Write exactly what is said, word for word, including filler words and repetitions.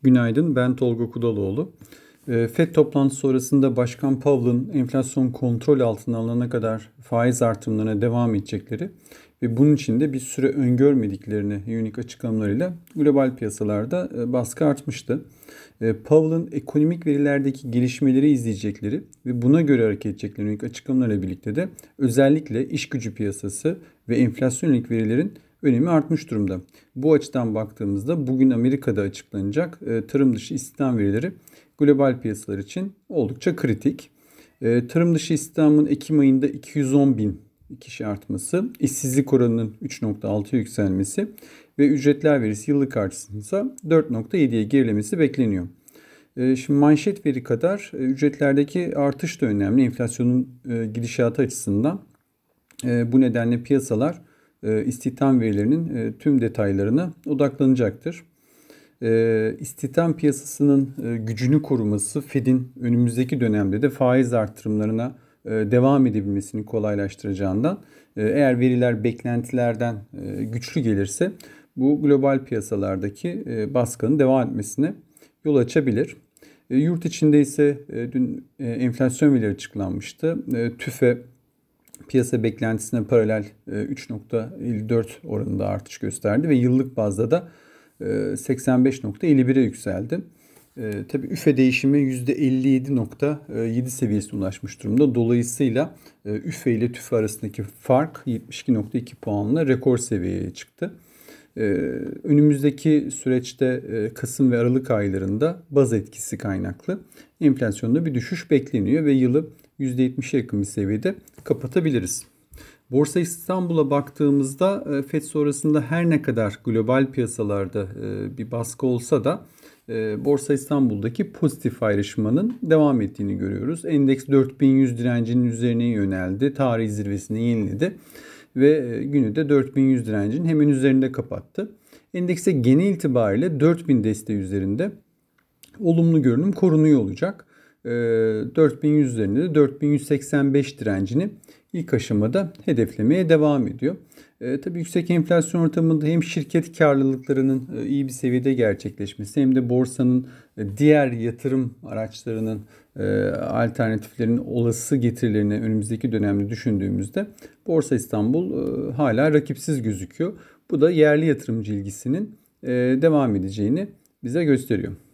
Günaydın, ben Tolga Kudaloğlu. E, F E D toplantısı sonrasında Başkan Powell'ın enflasyon kontrol altına alana kadar faiz artımlarına devam edecekleri ve bunun için de bir süre öngörmediklerine yönelik açıklamalarıyla global piyasalarda e, baskı artmıştı. E, Powell'ın ekonomik verilerdeki gelişmeleri izleyecekleri ve buna göre hareket edecekleri yönelik açıklamalarla birlikte de özellikle iş gücü piyasası ve enflasyon yönelik verilerin önemi artmış durumda. Bu açıdan baktığımızda bugün Amerika'da açıklanacak e, tarım dışı istihdam verileri global piyasalar için oldukça kritik. E, tarım dışı istihdamın Ekim ayında iki yüz on bin kişi artması, işsizlik oranının üç nokta altıya yükselmesi ve ücretler verisi yıllık artışında dört nokta yediye gerilemesi bekleniyor. E, şimdi manşet veri kadar e, ücretlerdeki artış da önemli enflasyonun e, gidişatı açısından. E, bu nedenle piyasalar e, istihdam verilerinin e, tüm detaylarına odaklanacaktır. E, istihdam piyasasının e, gücünü koruması F E D'in önümüzdeki dönemde de faiz artırımlarına e, devam edebilmesini kolaylaştıracağından e, eğer veriler beklentilerden e, güçlü gelirse bu global piyasalardaki e, baskının devam etmesine yol açabilir. E, yurt içinde ise e, dün e, enflasyon verileri açıklanmıştı. E, TÜFE piyasa beklentisine paralel üç nokta elli dört oranında artış gösterdi ve yıllık bazda da seksen beş nokta elli bire yükseldi. Tabii üfe değişimi yüzde elli yedi nokta yedi seviyesine ulaşmış durumda. Dolayısıyla üfe ile tüfe arasındaki fark yetmiş iki nokta iki puanla rekor seviyeye çıktı. Önümüzdeki süreçte Kasım ve Aralık aylarında baz etkisi kaynaklı enflasyonda bir düşüş bekleniyor ve yılı yüzde yetmişe yakın bir seviyede kapatabiliriz. Borsa İstanbul'a baktığımızda F E D sonrasında her ne kadar global piyasalarda bir baskı olsa da Borsa İstanbul'daki pozitif ayrışmanın devam ettiğini görüyoruz. Endeks dört bin yüz direncinin üzerine yöneldi. Tarihi zirvesini yeniledi ve günü de dört bin yüz direncinin hemen üzerinde kapattı. Endekse genel itibariyle dört bin desteği üzerinde olumlu görünüm korunuyor olacak. dört bin yüz üzerinde de dört bin yüz seksen beş direncini ilk aşamada hedeflemeye devam ediyor. E, tabii yüksek enflasyon ortamında hem şirket karlılıklarının e, iyi bir seviyede gerçekleşmesi hem de borsanın e, diğer yatırım araçlarının e, alternatiflerin olası getirilerini önümüzdeki dönemde düşündüğümüzde Borsa İstanbul e, hala rakipsiz gözüküyor. Bu da yerli yatırımcı ilgisinin e, devam edeceğini bize gösteriyor.